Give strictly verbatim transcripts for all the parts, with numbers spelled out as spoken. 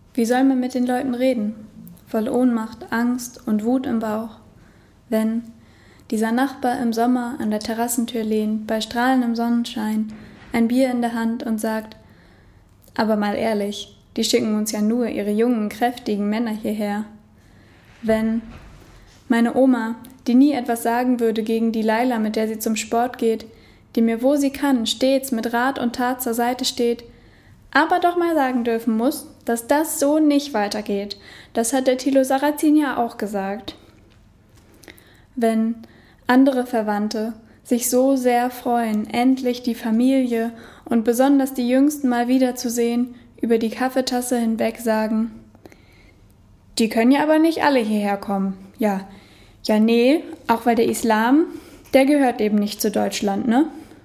Wie soll man mit den Leuten reden? Voll Ohnmacht, Angst und Wut im Bauch, wenn dieser Nachbar im Sommer an der Terrassentür lehnt, bei strahlendem Sonnenschein, ein Bier in der Hand und sagt, aber mal ehrlich, die schicken uns ja nur ihre jungen, kräftigen Männer hierher. Wenn meine Oma, die nie etwas sagen würde gegen die Laila, mit der sie zum Sport geht, die mir, wo sie kann, stets mit Rat und Tat zur Seite steht, aber doch mal sagen dürfen muss, dass das so nicht weitergeht. Das hat der Thilo Sarrazin ja auch gesagt. Wenn andere Verwandte sich so sehr freuen, endlich die Familie und besonders die Jüngsten mal wiederzusehen, über die Kaffeetasse hinweg sagen, die können ja aber nicht alle hierher kommen. Ja, ja nee, auch weil der Islam, der gehört eben nicht zu Deutschland, ne?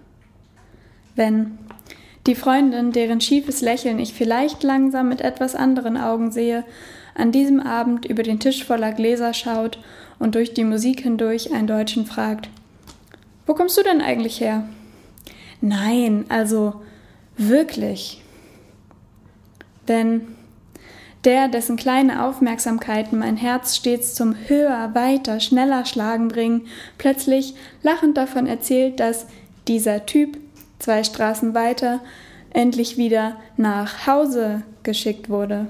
Wenn die Freundin, deren schiefes Lächeln ich vielleicht langsam mit etwas anderen Augen sehe, an diesem Abend über den Tisch voller Gläser schaut und durch die Musik hindurch einen Deutschen fragt, wo kommst du denn eigentlich her? Nein, also wirklich. Wenn der, dessen kleine Aufmerksamkeiten mein Herz stets zum höher, weiter, schneller Schlagen bringen, plötzlich lachend davon erzählt, dass dieser Typ zwei Straßen weiter endlich wieder nach Hause geschickt wurde.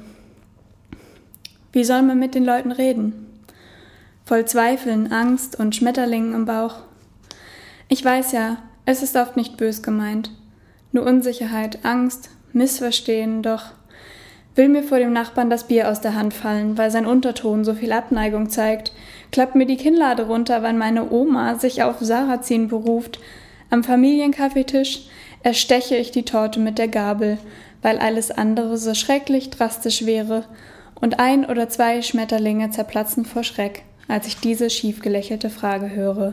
Wie soll man mit den Leuten reden? Voll Zweifeln, Angst und Schmetterlingen im Bauch. Ich weiß ja, es ist oft nicht bös gemeint. Nur Unsicherheit, Angst, Missverstehen, doch will mir vor dem Nachbarn das Bier aus der Hand fallen, weil sein Unterton so viel Abneigung zeigt, klappt mir die Kinnlade runter, weil meine Oma sich auf Sarrazin beruft. Am Familienkaffeetisch ersteche ich die Torte mit der Gabel, weil alles andere so schrecklich drastisch wäre und ein oder zwei Schmetterlinge zerplatzen vor Schreck, als ich diese schief gelächelte Frage höre.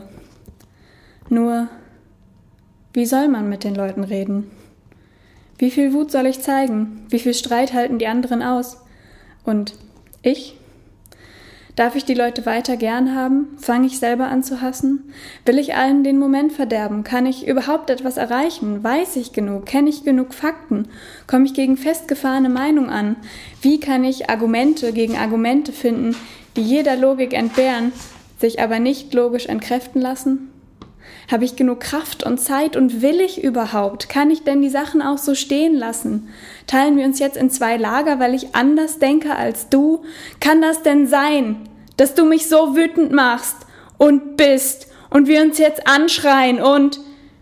Nur, wie soll man mit den Leuten reden? Wie viel Wut soll ich zeigen? Wie viel Streit halten die anderen aus? Und ich? Darf ich die Leute weiter gern haben? Fange ich selber an zu hassen? Will ich allen den Moment verderben? Kann ich überhaupt etwas erreichen? Weiß ich genug? Kenne ich genug Fakten? Komme ich gegen festgefahrene Meinung an? Wie kann ich Argumente gegen Argumente finden, die jeder Logik entbehren, sich aber nicht logisch entkräften lassen? Habe ich genug Kraft und Zeit und will ich überhaupt? Kann ich denn die Sachen auch so stehen lassen? Teilen wir uns jetzt in zwei Lager, weil ich anders denke als du? Kann das denn sein, dass du mich so wütend machst und bist und wir uns jetzt anschreien und...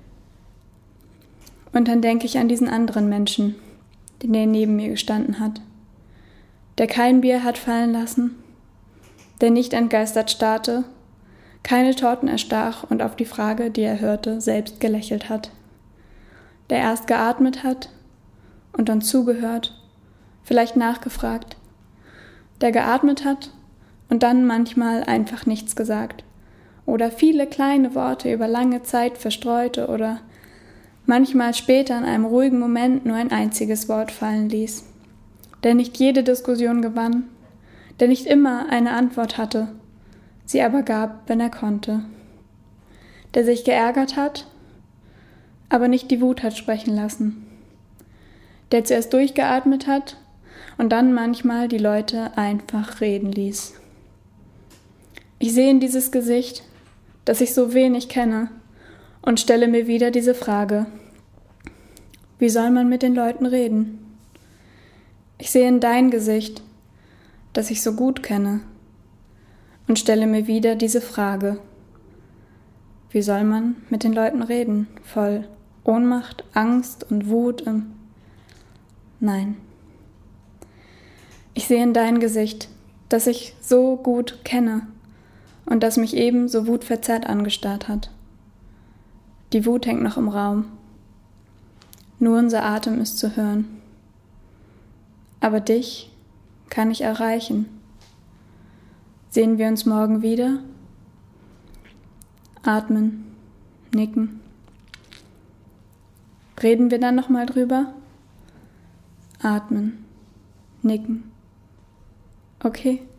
Und dann denke ich an diesen anderen Menschen, der neben mir gestanden hat, der kein Bier hat fallen lassen, der nicht entgeistert starrte, keine Torten erstach und auf die Frage, die er hörte, selbst gelächelt hat. Der erst geatmet hat und dann zugehört, vielleicht nachgefragt. Der geatmet hat und dann manchmal einfach nichts gesagt. Oder viele kleine Worte über lange Zeit verstreute oder manchmal später in einem ruhigen Moment nur ein einziges Wort fallen ließ. Der nicht jede Diskussion gewann, der nicht immer eine Antwort hatte, sie aber gab, wenn er konnte. Der sich geärgert hat, aber nicht die Wut hat sprechen lassen. Der zuerst durchgeatmet hat und dann manchmal die Leute einfach reden ließ. Ich sehe in dieses Gesicht, das ich so wenig kenne, und stelle mir wieder diese Frage: Wie soll man mit den Leuten reden? Ich sehe in dein Gesicht, das ich so gut kenne, und stelle mir wieder diese Frage: Wie soll man mit den Leuten reden? Voll Ohnmacht, Angst und Wut im... Nein. Ich sehe in dein Gesicht, das ich so gut kenne und das mich eben so wutverzerrt angestarrt hat. Die Wut hängt noch im Raum. Nur unser Atem ist zu hören. Aber dich kann ich erreichen. Sehen wir uns morgen wieder? Atmen, nicken. Reden wir dann nochmal drüber? Atmen, nicken. Okay.